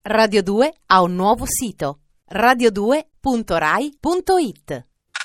Radio 2 ha un nuovo sito: radio2.rai.it.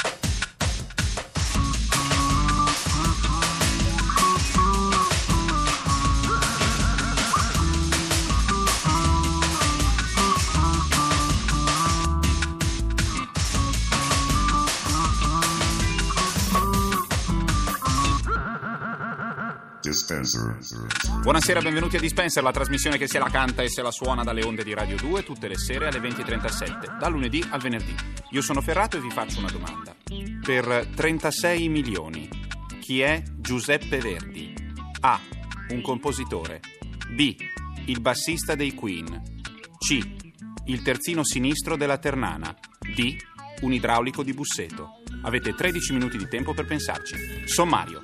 Dispenser. Buonasera, benvenuti a Dispenser, la trasmissione che se la canta e se la suona dalle onde di Radio 2 tutte le sere alle 20:37, dal lunedì al venerdì. Io sono Ferrato e vi faccio una domanda. Per 36 milioni, chi è Giuseppe Verdi? A. Un compositore. B. Il bassista dei Queen. C. Il terzino sinistro della Ternana. D. Un idraulico di Busseto. Avete 13 minuti di tempo per pensarci. Sommario.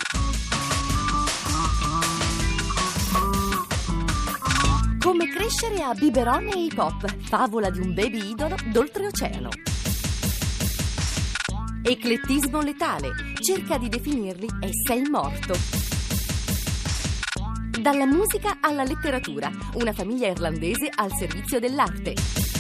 Come crescere a biberon e hip hop, favola di un baby idolo d'oltreoceano. Eclettismo letale, cerca di definirli e sei morto. Dalla musica alla letteratura, una famiglia irlandese al servizio dell'arte.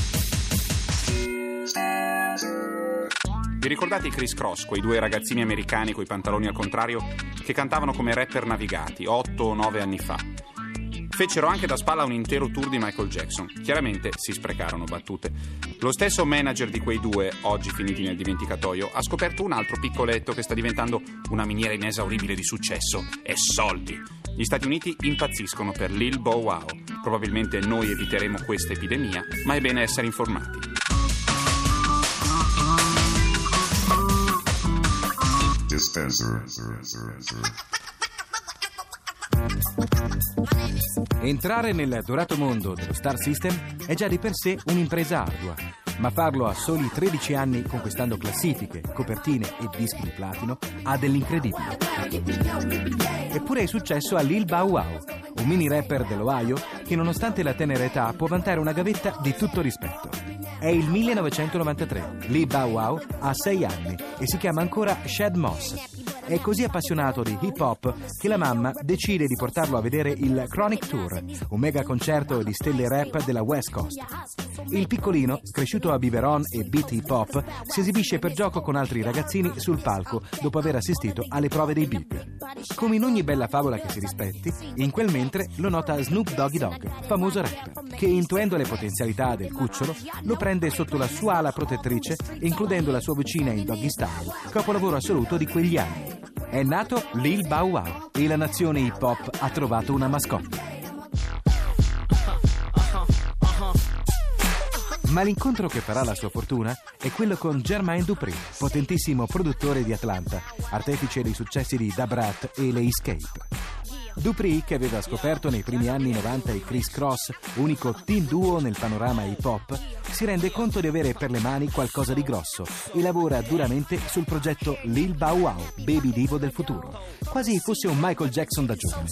Vi ricordate i Criss Cross, quei due ragazzini americani coi pantaloni al contrario che cantavano come rapper navigati 8 o 9 anni fa? Fecero anche da spalla un intero tour di Michael Jackson. Chiaramente si sprecarono battute. Lo stesso manager di quei due, oggi finiti nel dimenticatoio, ha scoperto un altro piccoletto che sta diventando una miniera inesauribile di successo e soldi. Gli Stati Uniti impazziscono per Lil Bow Wow. Probabilmente noi eviteremo questa epidemia, ma è bene essere informati. Dispenser. Entrare nel dorato mondo dello Star System è già di per sé un'impresa ardua, ma farlo a soli 13 anni, conquistando classifiche, copertine e dischi di platino, ha dell'incredibile. Eppure è successo a Lil Bow Wow, un mini rapper dell'Ohio che nonostante la tenera età può vantare una gavetta di tutto rispetto. È il 1993, Lil Bow Wow ha 6 anni e si chiama ancora Shad Moss. È così appassionato di hip hop che la mamma decide di portarlo a vedere il Chronic Tour, un mega concerto di stelle rap della West Coast. Il piccolino, cresciuto a biberon e beat hip hop, si esibisce per gioco con altri ragazzini sul palco dopo aver assistito alle prove dei big. Come in ogni bella favola che si rispetti, in quel mentre lo nota Snoop Doggy Dogg, famoso rapper, che intuendo le potenzialità del cucciolo lo prende sotto la sua ala protettrice, includendo la sua vicina in Doggy Style, capolavoro assoluto di quegli anni. È nato Lil Bow Wow e la nazione hip hop ha trovato una mascotte. Ma l'incontro che farà la sua fortuna è quello con Jermaine Dupri, potentissimo produttore di Atlanta, artefice dei successi di Da Brat e le Escape. Dupri, che aveva scoperto nei primi anni 90 i Criss Cross, unico team duo nel panorama hip hop, si rende conto di avere per le mani qualcosa di grosso e lavora duramente sul progetto Lil Bow Wow, baby divo del futuro, quasi fosse un Michael Jackson da giovane.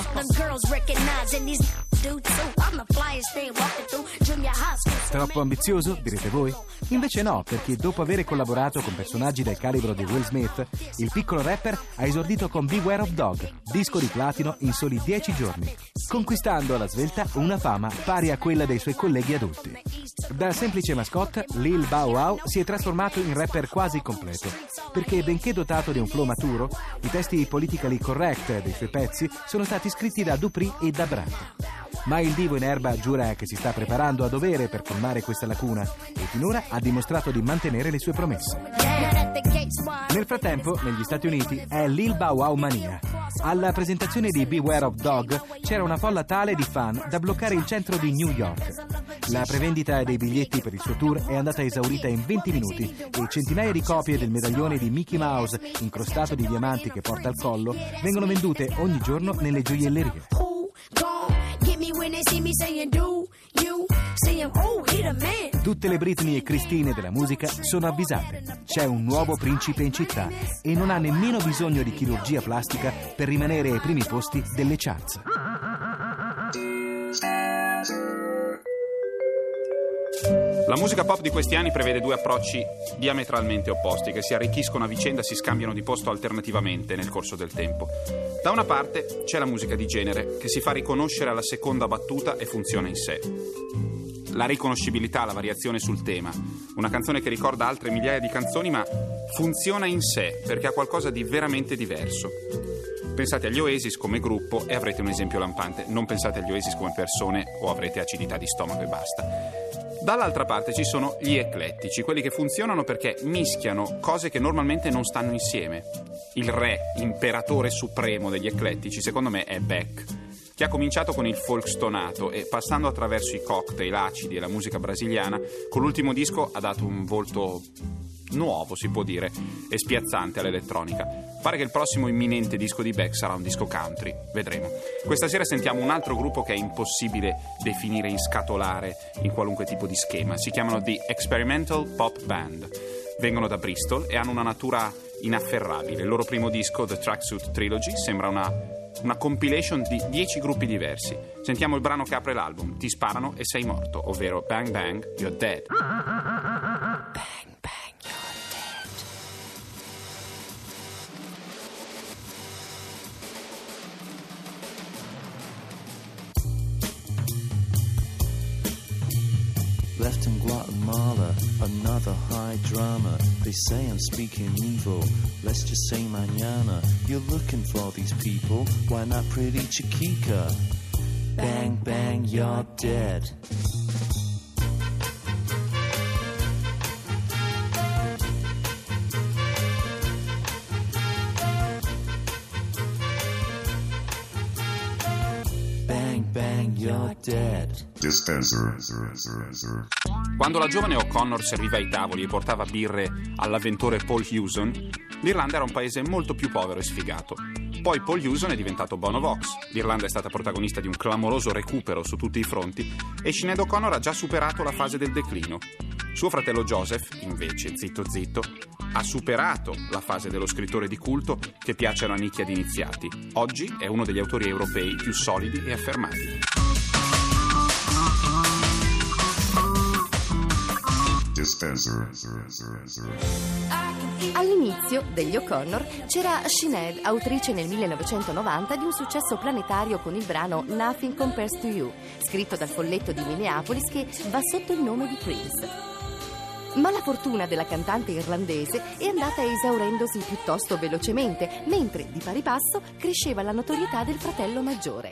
Troppo ambizioso, direte voi? Invece no, perché dopo aver collaborato con personaggi del calibro di Will Smith, il piccolo rapper ha esordito con Beware of Dog, disco di platino in soli 10 giorni, conquistando alla svelta una fama pari a quella dei suoi colleghi adulti. Da semplice mascotte, Lil Bow Wow si è trasformato in rapper quasi completo, perché benché dotato di un flow maturo, i testi politically correct dei suoi pezzi sono stati scritti da Dupri e da Brat. Ma il divo in erba giura che si sta preparando a dovere per colmare questa lacuna e finora ha dimostrato di mantenere le sue promesse. Nel frattempo, negli Stati Uniti è Lil Bow Wow mania. Alla presentazione di Beware of Dog c'era una folla tale di fan da bloccare il centro di New York. La prevendita dei biglietti per il suo tour è andata esaurita in 20 minuti e centinaia di copie del medaglione di Mickey Mouse incrostato di diamanti che porta al collo vengono vendute ogni giorno nelle gioiellerie. Tutte le Britney e Christine della musica sono avvisate. C'è un nuovo principe in città e non ha nemmeno bisogno di chirurgia plastica per rimanere ai primi posti delle charts. La musica pop di questi anni prevede due approcci diametralmente opposti che si arricchiscono a vicenda e si scambiano di posto alternativamente nel corso del tempo. Da una parte c'è la musica di genere che si fa riconoscere alla seconda battuta e funziona in sé. la riconoscibilità, la variazione sul tema. Una canzone che ricorda altre migliaia di canzoni, ma funziona in sé perché ha qualcosa di veramente diverso. Pensate agli Oasis come gruppo e avrete un esempio lampante. Non pensate agli Oasis come persone o avrete acidità di stomaco e basta. Dall'altra parte ci sono gli eclettici, quelli che funzionano perché mischiano cose che normalmente non stanno insieme. Il re, imperatore supremo degli eclettici, secondo me è Beck, che ha cominciato con il folk stonato e, passando attraverso i cocktail acidi e la musica brasiliana, con l'ultimo disco ha dato un volto nuovo, si può dire, e spiazzante all'elettronica. Pare che il prossimo imminente disco di Beck sarà un disco country, vedremo. Questa sera sentiamo un altro gruppo che è impossibile definire, inscatolare in qualunque tipo di schema. Si chiamano The Experimental Pop Band. Vengono da Bristol e hanno una natura inafferrabile. Il loro primo disco, The Tracksuit Trilogy, sembra una compilation di 10 gruppi diversi. Sentiamo il brano che apre l'album, Ti sparano e sei morto, ovvero Bang Bang, You're Dead. Left in Guatemala, another high drama. They say I'm speaking evil, let's just say mañana. You're looking for these people, why not pretty Chiquita? Bang, bang, you're dead. Bang, bang, you're dead. Dispenser. Quando la giovane O'Connor serviva ai tavoli e portava birre all'avventore Paul Hewson, l'Irlanda era un paese molto più povero e sfigato. Poi Paul Hewson è diventato Bono Vox, l'Irlanda è stata protagonista di un clamoroso recupero su tutti i fronti e Sinead O'Connor ha già superato la fase del declino. Suo fratello Joseph, invece, zitto zitto, ha superato la fase dello scrittore di culto che piace alla nicchia di iniziati. Oggi è uno degli autori europei più solidi e affermati. Dispenser. All'inizio degli O'Connor c'era Sinead, autrice nel 1990 di un successo planetario con il brano Nothing Compares to You, scritto dal folletto di Minneapolis che va sotto il nome di Prince. Ma la fortuna della cantante irlandese è andata esaurendosi piuttosto velocemente, mentre di pari passo cresceva la notorietà del fratello maggiore.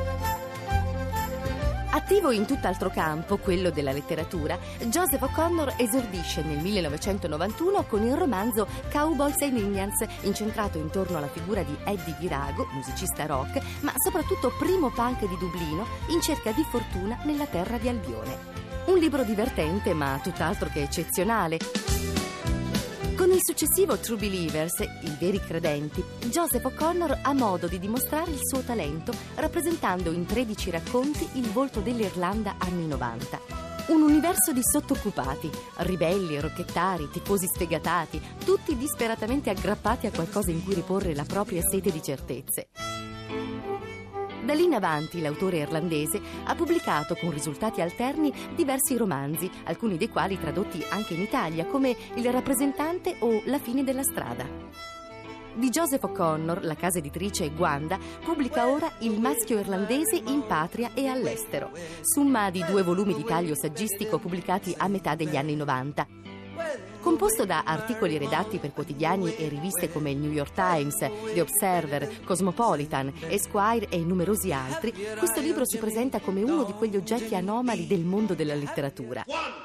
Attivo in tutt'altro campo, quello della letteratura, Joseph O'Connor esordisce nel 1991 con il romanzo Cowboys and Indians, incentrato intorno alla figura di Eddie Virago, musicista rock, ma soprattutto primo punk di Dublino, in cerca di fortuna nella terra di Albione. Un libro divertente, ma tutt'altro che eccezionale. Con il successivo True Believers, i veri credenti, Joseph O'Connor ha modo di dimostrare il suo talento rappresentando in 13 racconti il volto dell'Irlanda anni 90. Un universo di sottoccupati, ribelli, rocchettari, tifosi sfegatati, tutti disperatamente aggrappati a qualcosa in cui riporre la propria sete di certezze. Da lì in avanti l'autore irlandese ha pubblicato con risultati alterni diversi romanzi, alcuni dei quali tradotti anche in Italia, come Il rappresentante o La fine della strada. Di Joseph O'Connor, la casa editrice Guanda pubblica ora Il maschio irlandese in patria e all'estero, summa di 2 volumi di taglio saggistico pubblicati a metà degli anni 90. Composto da articoli redatti per quotidiani e riviste come il New York Times, The Observer, Cosmopolitan, Esquire e numerosi altri, questo libro si presenta come uno di quegli oggetti anomali del mondo della letteratura.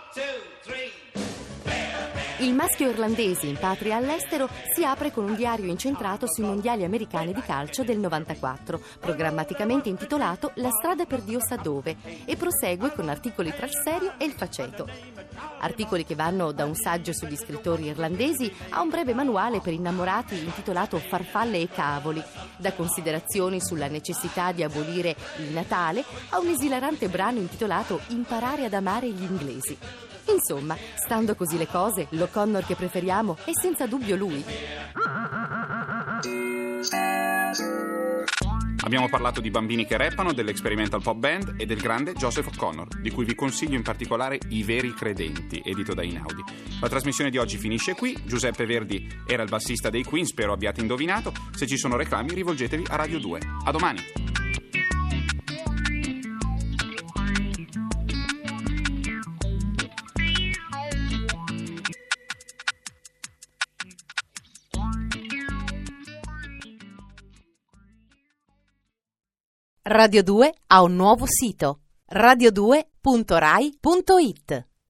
Il maschio irlandese in patria e all'estero si apre con un diario incentrato sui mondiali americani di calcio del 94, programmaticamente intitolato La strada per Dio sa dove, e prosegue con articoli tra il serio e il faceto. Articoli che vanno da un saggio sugli scrittori irlandesi a un breve manuale per innamorati intitolato Farfalle e cavoli, da considerazioni sulla necessità di abolire il Natale a un esilarante brano intitolato Imparare ad amare gli inglesi. Insomma, stando così le cose, l'O'Connor che preferiamo è senza dubbio lui. Abbiamo parlato di bambini che rappano, dell'Experimental Pop Band e del grande Joseph O'Connor, di cui vi consiglio in particolare I veri credenti, edito da Einaudi. La trasmissione di oggi finisce qui. Giuseppe Verdi era il bassista dei Queen, spero abbiate indovinato. Se ci sono reclami rivolgetevi a Radio 2. A domani! Radio 2 ha un nuovo sito: radio2.rai.it.